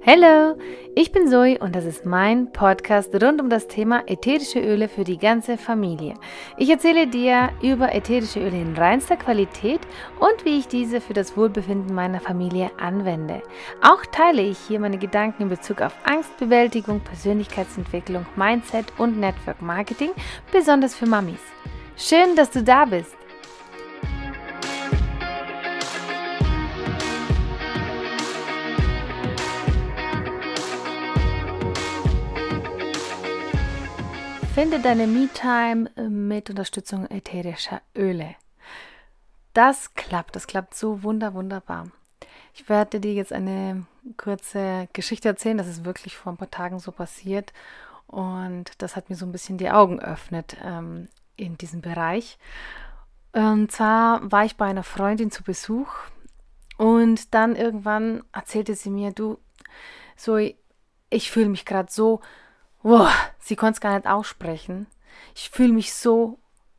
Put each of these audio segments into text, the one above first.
Hallo, ich bin Zoe und das ist mein Podcast rund um das Thema ätherische Öle für die ganze Familie. Ich erzähle dir über ätherische Öle in reinster Qualität und wie ich diese für das Wohlbefinden meiner Familie anwende. Auch teile ich hier meine Gedanken in Bezug auf Angstbewältigung, Persönlichkeitsentwicklung, Mindset und Network Marketing, besonders für Mamis. Schön, dass du da bist. Finde deine Me-Time mit Unterstützung ätherischer Öle. Das klappt so wunderbar. Ich werde dir jetzt eine kurze Geschichte erzählen, das ist wirklich vor ein paar Tagen so passiert und das hat mir so ein bisschen die Augen geöffnet in diesem Bereich. Und zwar war ich bei einer Freundin zu Besuch und dann irgendwann erzählte sie mir, du, Zoe, ich fühle mich gerade so. Sie konnte es gar nicht aussprechen. Ich fühle mich so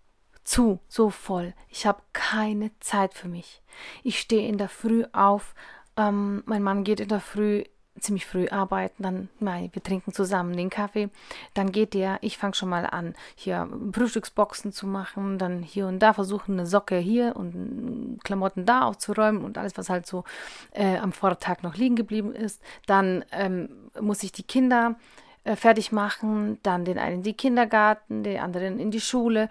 voll. Ich habe keine Zeit für mich. Ich stehe in der Früh auf. Mein Mann geht in der Früh ziemlich früh arbeiten. Wir trinken zusammen den Kaffee. Dann geht der. Ich fange schon mal an, hier Frühstücksboxen zu machen. Dann hier und da versuchen, eine Socke hier und Klamotten da aufzuräumen und alles, was halt so am Vortag noch liegen geblieben ist. Dann muss ich die Kinder fertig machen, dann den einen in die Kindergarten, den anderen in die Schule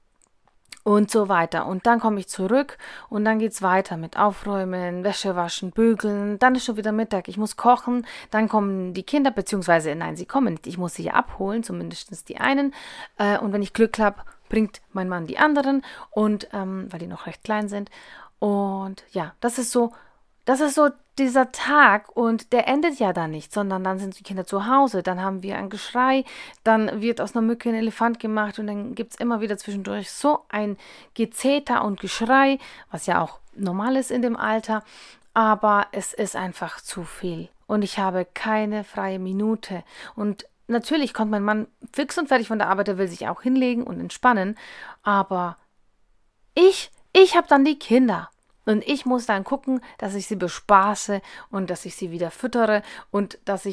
und so weiter. Und dann komme ich zurück und dann geht's weiter mit Aufräumen, Wäsche waschen, bügeln. Dann ist schon wieder Mittag. Ich muss kochen. Dann kommen die Kinder, beziehungsweise, nein, sie kommen nicht. Ich muss sie abholen, zumindest die einen. Und wenn ich Glück habe, bringt mein Mann die anderen. Und weil die noch recht klein sind. Und ja, das ist so dieser Tag und der endet ja dann nicht, sondern dann sind die Kinder zu Hause, dann haben wir ein Geschrei, dann wird aus einer Mücke ein Elefant gemacht und dann gibt es immer wieder zwischendurch so ein Gezeter und Geschrei, was ja auch normal ist in dem Alter, aber es ist einfach zu viel und ich habe keine freie Minute und natürlich kommt mein Mann fix und fertig von der Arbeit, er will sich auch hinlegen und entspannen, aber ich habe dann die Kinder. Und ich muss dann gucken, dass ich sie bespaße und dass ich sie wieder füttere und dass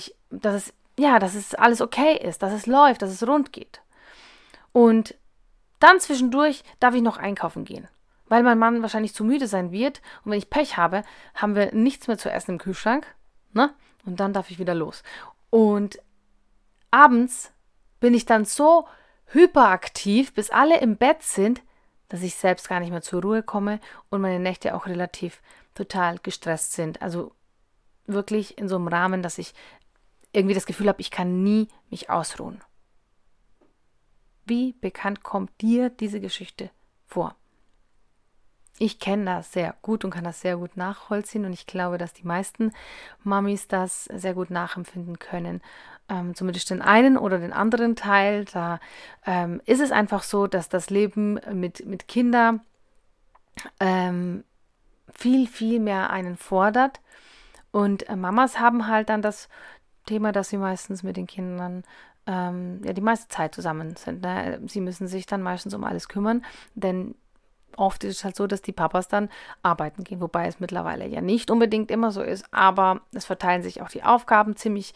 es alles okay ist, dass es läuft, dass es rund geht. Und dann zwischendurch darf ich noch einkaufen gehen, weil mein Mann wahrscheinlich zu müde sein wird und wenn ich Pech habe, haben wir nichts mehr zu essen im Kühlschrank, ne? Und dann darf ich wieder los. Und abends bin ich dann so hyperaktiv, bis alle im Bett sind, dass ich selbst gar nicht mehr zur Ruhe komme und meine Nächte auch relativ total gestresst sind. Also wirklich in so einem Rahmen, dass ich irgendwie das Gefühl habe, ich kann nie mich ausruhen. Wie bekannt kommt dir diese Geschichte vor? Ich kenne das sehr gut und kann das sehr gut nachvollziehen und ich glaube, dass die meisten Mamis das sehr gut nachempfinden können. Zumindest den einen oder den anderen Teil. Da ist es einfach so, dass das Leben mit Kindern viel mehr einen fordert. Und Mamas haben halt dann das Thema, dass sie meistens mit den Kindern die meiste Zeit zusammen sind. Ne? Sie müssen sich dann meistens um alles kümmern, denn oft ist es halt so, dass die Papas dann arbeiten gehen, wobei es mittlerweile ja nicht unbedingt immer so ist, aber es verteilen sich auch die Aufgaben ziemlich,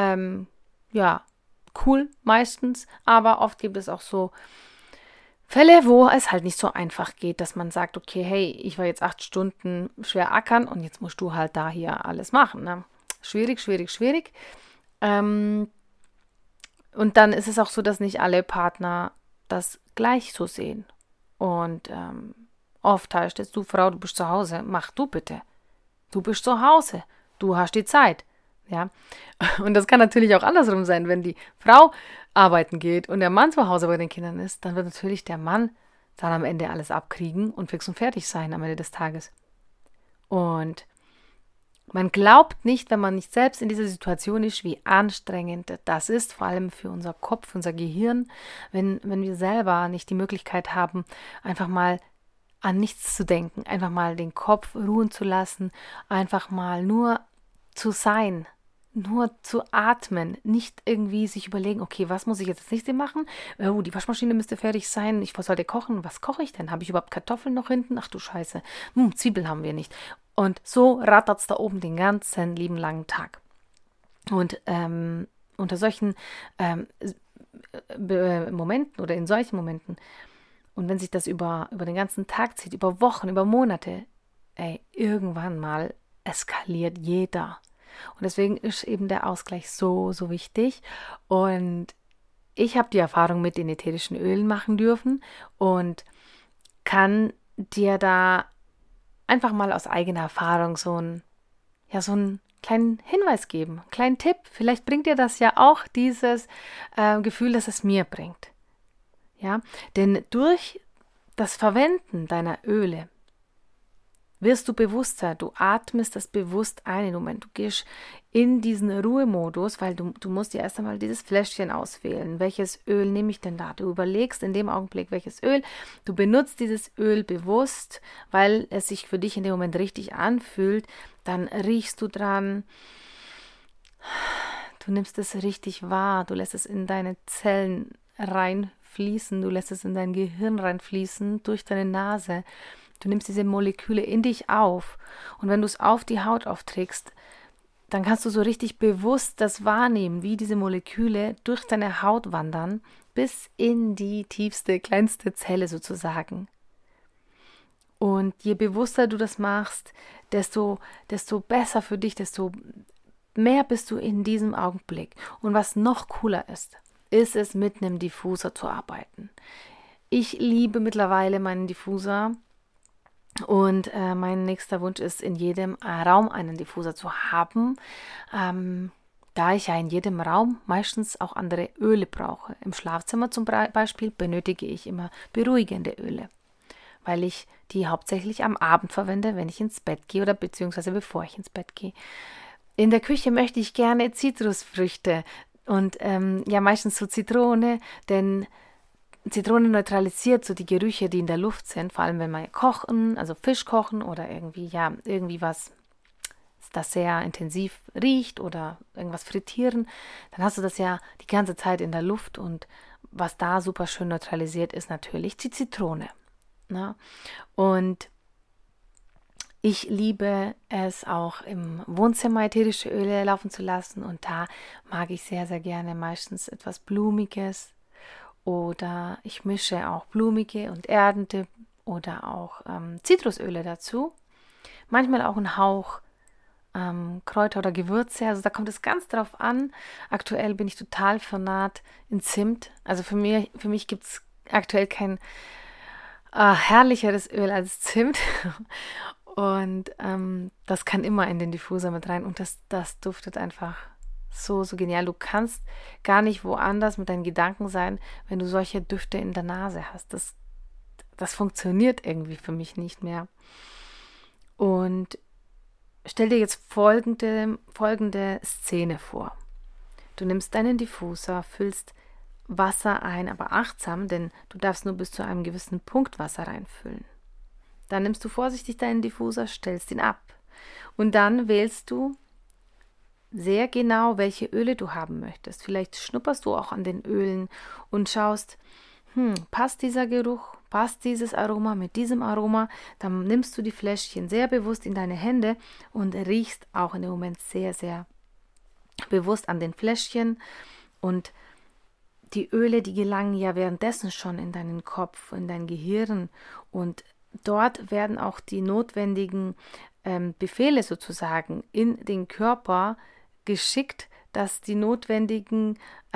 cool meistens, aber oft gibt es auch so Fälle, wo es halt nicht so einfach geht, dass man sagt, okay, hey, ich war jetzt 8 Stunden schwer ackern und jetzt musst du halt da hier alles machen. Ne? Schwierig. Und dann ist es auch so, dass nicht alle Partner das gleich so sehen. Und oft heißt es, du Frau, du bist zu Hause, mach du bitte. Du bist zu Hause, du hast die Zeit. Ja, und das kann natürlich auch andersrum sein, wenn die Frau arbeiten geht und der Mann zu Hause bei den Kindern ist, dann wird natürlich der Mann dann am Ende alles abkriegen und fix und fertig sein am Ende des Tages. Und man glaubt nicht, wenn man nicht selbst in dieser Situation ist, wie anstrengend das ist, vor allem für unser Kopf, unser Gehirn, wenn wir selber nicht die Möglichkeit haben, einfach mal an nichts zu denken, einfach mal den Kopf ruhen zu lassen, einfach mal nur zu sein, nur zu atmen, nicht irgendwie sich überlegen, okay, was muss ich jetzt als nächstes machen? Oh, die Waschmaschine müsste fertig sein, ich sollte kochen, was koche ich denn? Habe ich überhaupt Kartoffeln noch hinten? Ach du Scheiße, Zwiebeln haben wir nicht. Und so rattert's da oben den ganzen lieben langen Tag. Und unter solchen Momenten oder in solchen Momenten, und wenn sich das über den ganzen Tag zieht, über Wochen, über Monate, irgendwann mal eskaliert jeder. Und deswegen ist eben der Ausgleich so, so wichtig. Und ich habe die Erfahrung mit den ätherischen Ölen machen dürfen und kann dir da einfach mal aus eigener Erfahrung so einen kleinen Hinweis geben, einen kleinen Tipp. Vielleicht bringt dir das ja auch dieses Gefühl, das es mir bringt. Ja, denn durch das Verwenden deiner Öle wirst du bewusster, du atmest das bewusst ein im Moment, du gehst in diesen Ruhemodus, weil du musst dir erst einmal dieses Fläschchen auswählen, welches Öl nehme ich denn da, du überlegst in dem Augenblick, welches Öl, du benutzt dieses Öl bewusst, weil es sich für dich in dem Moment richtig anfühlt, dann riechst du dran, du nimmst es richtig wahr, du lässt es in deine Zellen reinfließen, du lässt es in dein Gehirn reinfließen, durch deine Nase. Du nimmst diese Moleküle in dich auf und wenn du es auf die Haut aufträgst, dann kannst du so richtig bewusst das wahrnehmen, wie diese Moleküle durch deine Haut wandern, bis in die tiefste, kleinste Zelle sozusagen. Und je bewusster du das machst, desto besser für dich, desto mehr bist du in diesem Augenblick. Und was noch cooler ist es, mit einem Diffuser zu arbeiten. Ich liebe mittlerweile meinen Diffuser. Und mein nächster Wunsch ist, in jedem Raum einen Diffuser zu haben, da ich ja in jedem Raum meistens auch andere Öle brauche. Im Schlafzimmer zum Beispiel benötige ich immer beruhigende Öle, weil ich die hauptsächlich am Abend verwende, wenn ich ins Bett gehe oder beziehungsweise bevor ich ins Bett gehe. In der Küche möchte ich gerne Zitrusfrüchte und meistens so Zitrone, denn Zitrone neutralisiert so die Gerüche, die in der Luft sind, vor allem wenn wir kochen, also Fisch kochen oder irgendwie was, das sehr intensiv riecht oder irgendwas frittieren, dann hast du das ja die ganze Zeit in der Luft und was da super schön neutralisiert ist natürlich die Zitrone. Ne? Und ich liebe es auch im Wohnzimmer ätherische Öle laufen zu lassen und da mag ich sehr, sehr gerne meistens etwas Blumiges. Oder ich mische auch blumige und erdende oder auch Zitrusöle dazu. Manchmal auch einen Hauch Kräuter oder Gewürze. Also da kommt es ganz drauf an. Aktuell bin ich total vernarrt in Zimt. Also für mich gibt es aktuell kein herrlicheres Öl als Zimt. Und das kann immer in den Diffuser mit rein. Und das duftet einfach so, so genial. Du kannst gar nicht woanders mit deinen Gedanken sein, wenn du solche Düfte in der Nase hast. Das funktioniert irgendwie für mich nicht mehr. Und stell dir jetzt folgende Szene vor. Du nimmst deinen Diffuser, füllst Wasser ein, aber achtsam, denn du darfst nur bis zu einem gewissen Punkt Wasser reinfüllen. Dann nimmst du vorsichtig deinen Diffuser, stellst ihn ab. Und dann wählst du sehr genau, welche Öle du haben möchtest. Vielleicht schnupperst du auch an den Ölen und schaust, passt dieser Geruch, passt dieses Aroma mit diesem Aroma. Dann nimmst du die Fläschchen sehr bewusst in deine Hände und riechst auch in dem Moment sehr, sehr bewusst an den Fläschchen. Und die Öle, die gelangen ja währenddessen schon in deinen Kopf, in dein Gehirn. Und dort werden auch die notwendigen Befehle sozusagen in den Körper geschickt, dass die notwendigen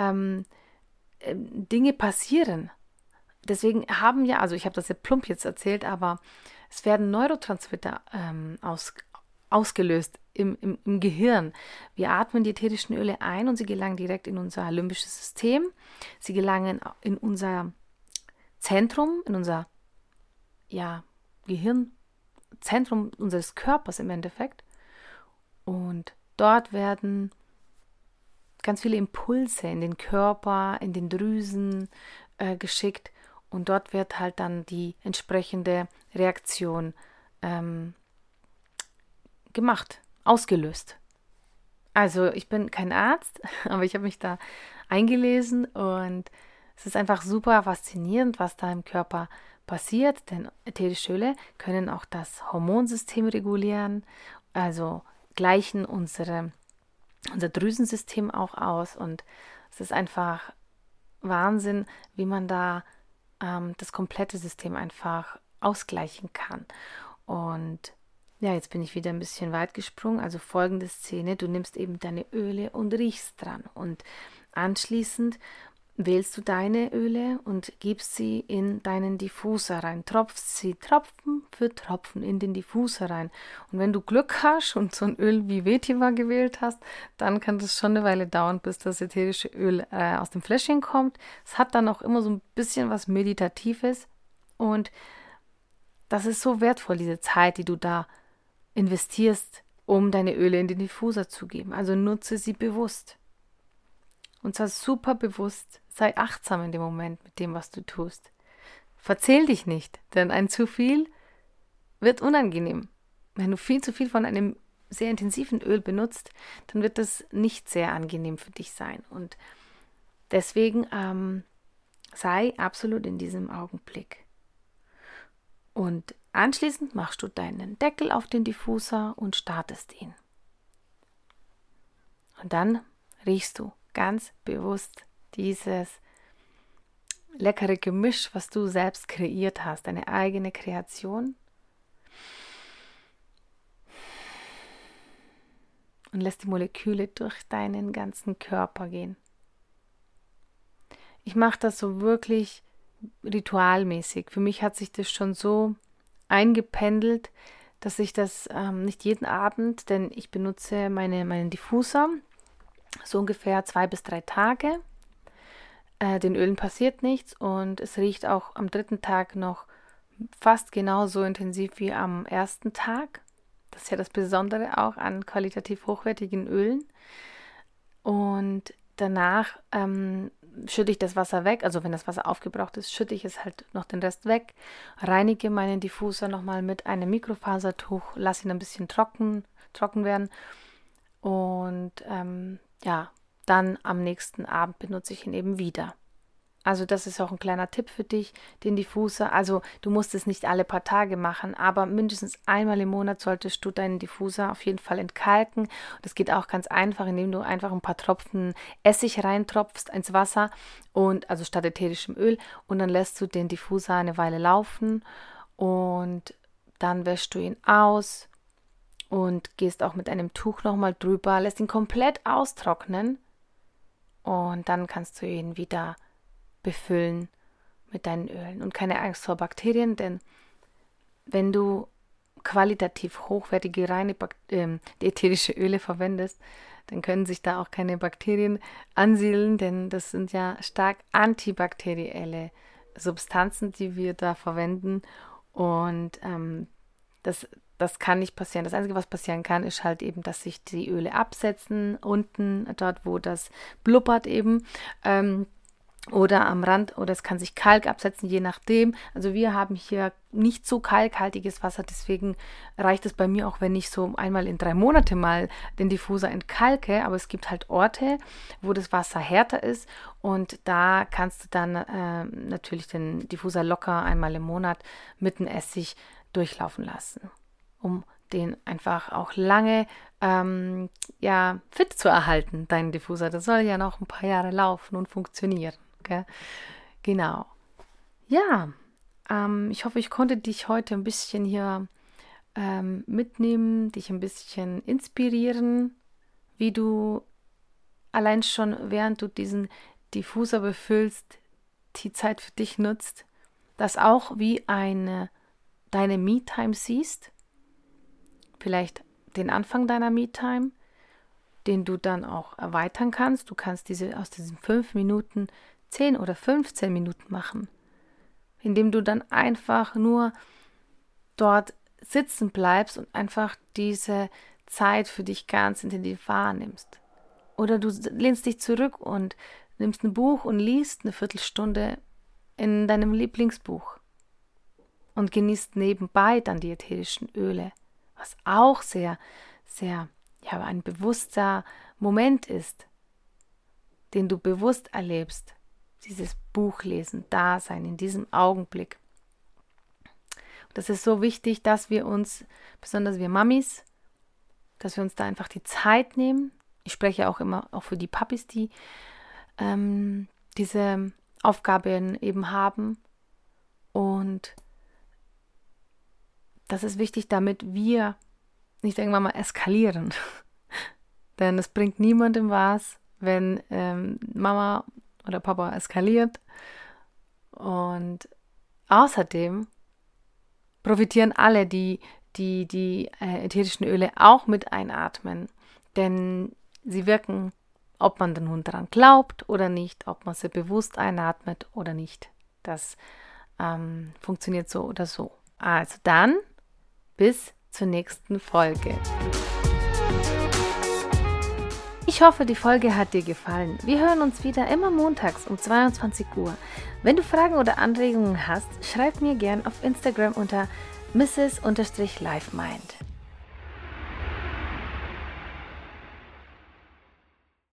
Dinge passieren. Deswegen haben ja, also ich habe das ja plump jetzt erzählt, aber es werden Neurotransmitter ausgelöst im Gehirn. Wir atmen die ätherischen Öle ein und sie gelangen direkt in unser limbisches System. Sie gelangen in unser Zentrum, in unser Gehirnzentrum unseres Körpers im Endeffekt. Und dort werden ganz viele Impulse in den Körper, in den Drüsen geschickt und dort wird halt dann die entsprechende Reaktion gemacht, ausgelöst. Also ich bin kein Arzt, aber ich habe mich da eingelesen und es ist einfach super faszinierend, was da im Körper passiert, denn ätherische Öle können auch das Hormonsystem regulieren, also gleichen unsere unser Drüsensystem auch aus. Und es ist einfach Wahnsinn, wie man da das komplette System einfach ausgleichen kann. Und ja, jetzt bin ich wieder ein bisschen weit gesprungen. Also folgende Szene: Du nimmst eben deine Öle und riechst dran. Und anschließend wählst du deine Öle und gibst sie in deinen Diffuser rein. Tropfst sie Tropfen für Tropfen in den Diffuser rein. Und wenn du Glück hast und so ein Öl wie Vetiver gewählt hast, dann kann das schon eine Weile dauern, bis das ätherische Öl aus dem Fläschchen kommt. Es hat dann auch immer so ein bisschen was Meditatives. Und das ist so wertvoll, diese Zeit, die du da investierst, um deine Öle in den Diffuser zu geben. Also nutze sie bewusst. Und zwar super bewusst. Sei achtsam in dem Moment mit dem, was du tust. Verzähl dich nicht, denn ein zu viel wird unangenehm. Wenn du viel zu viel von einem sehr intensiven Öl benutzt, dann wird das nicht sehr angenehm für dich sein. Und deswegen sei absolut in diesem Augenblick. Und anschließend machst du deinen Deckel auf den Diffuser und startest ihn. Und dann riechst du ganz bewusst dieses leckere Gemisch, was du selbst kreiert hast, deine eigene Kreation. Und lässt die Moleküle durch deinen ganzen Körper gehen. Ich mache das so wirklich ritualmäßig. Für mich hat sich das schon so eingependelt, dass ich das nicht jeden Abend, denn ich benutze meinen Diffuser so ungefähr 2 bis 3 Tage. Den Ölen passiert nichts und es riecht auch am 3. Tag noch fast genauso intensiv wie am 1. Tag. Das ist ja das Besondere auch an qualitativ hochwertigen Ölen. Und danach schütte ich das Wasser weg. Also wenn das Wasser aufgebraucht ist, schütte ich es halt noch den Rest weg. Reinige meinen Diffuser nochmal mit einem Mikrofasertuch. Lasse ihn ein bisschen trocken werden. Und dann am nächsten Abend benutze ich ihn eben wieder. Also das ist auch ein kleiner Tipp für dich, den Diffuser. Also du musst es nicht alle paar Tage machen, aber mindestens einmal im Monat solltest du deinen Diffuser auf jeden Fall entkalken. Das geht auch ganz einfach, indem du einfach ein paar Tropfen Essig reintropfst ins Wasser, und also statt ätherischem Öl, und dann lässt du den Diffuser eine Weile laufen und dann wäschst du ihn aus und gehst auch mit einem Tuch nochmal drüber, lässt ihn komplett austrocknen und dann kannst du ihn wieder befüllen mit deinen Ölen. Und keine Angst vor Bakterien, denn wenn du qualitativ hochwertige, reine ätherische Öle verwendest, dann können sich da auch keine Bakterien ansiedeln, denn das sind ja stark antibakterielle Substanzen, die wir da verwenden. Und das kann nicht passieren. Das Einzige, was passieren kann, ist halt eben, dass sich die Öle absetzen, unten dort, wo das blubbert eben, oder am Rand, oder es kann sich Kalk absetzen, je nachdem. Also wir haben hier nicht so kalkhaltiges Wasser, deswegen reicht es bei mir auch, wenn ich so einmal in 3 Monate mal den Diffuser entkalke, aber es gibt halt Orte, wo das Wasser härter ist, und da kannst du dann natürlich den Diffuser locker einmal im Monat mit dem Essig durchlaufen lassen, um den einfach auch lange fit zu erhalten, deinen Diffuser. Das soll ja noch ein paar Jahre laufen und funktionieren. Okay? Genau. Ja, ich hoffe, ich konnte dich heute ein bisschen hier mitnehmen, dich ein bisschen inspirieren, wie du allein schon, während du diesen Diffuser befüllst, die Zeit für dich nutzt, das auch wie deine Me-Time siehst. Vielleicht den Anfang deiner Me-Time, den du dann auch erweitern kannst. Du kannst aus diesen 5 Minuten 10 oder 15 Minuten machen, indem du dann einfach nur dort sitzen bleibst und einfach diese Zeit für dich ganz intensiv wahrnimmst. Oder du lehnst dich zurück und nimmst ein Buch und liest eine Viertelstunde in deinem Lieblingsbuch und genießt nebenbei dann die ätherischen Öle, was auch sehr, sehr ein bewusster Moment ist, den du bewusst erlebst. Dieses Buchlesen, Dasein in diesem Augenblick. Und das ist so wichtig, dass wir uns, besonders wir Mamis, dass wir uns da einfach die Zeit nehmen, Ich spreche auch immer auch für die Papis, die diese Aufgaben eben haben. Und das ist wichtig, damit wir nicht irgendwann mal eskalieren. Denn es bringt niemandem was, wenn Mama oder Papa eskaliert. Und außerdem profitieren alle, die ätherischen Öle auch mit einatmen. Denn sie wirken, ob man den Hund daran glaubt oder nicht, ob man sie bewusst einatmet oder nicht. Das funktioniert so oder so. Also dann, bis zur nächsten Folge. Ich hoffe, die Folge hat dir gefallen. Wir hören uns wieder immer montags um 22 Uhr. Wenn du Fragen oder Anregungen hast, schreib mir gern auf Instagram unter Mrs.LifeMind.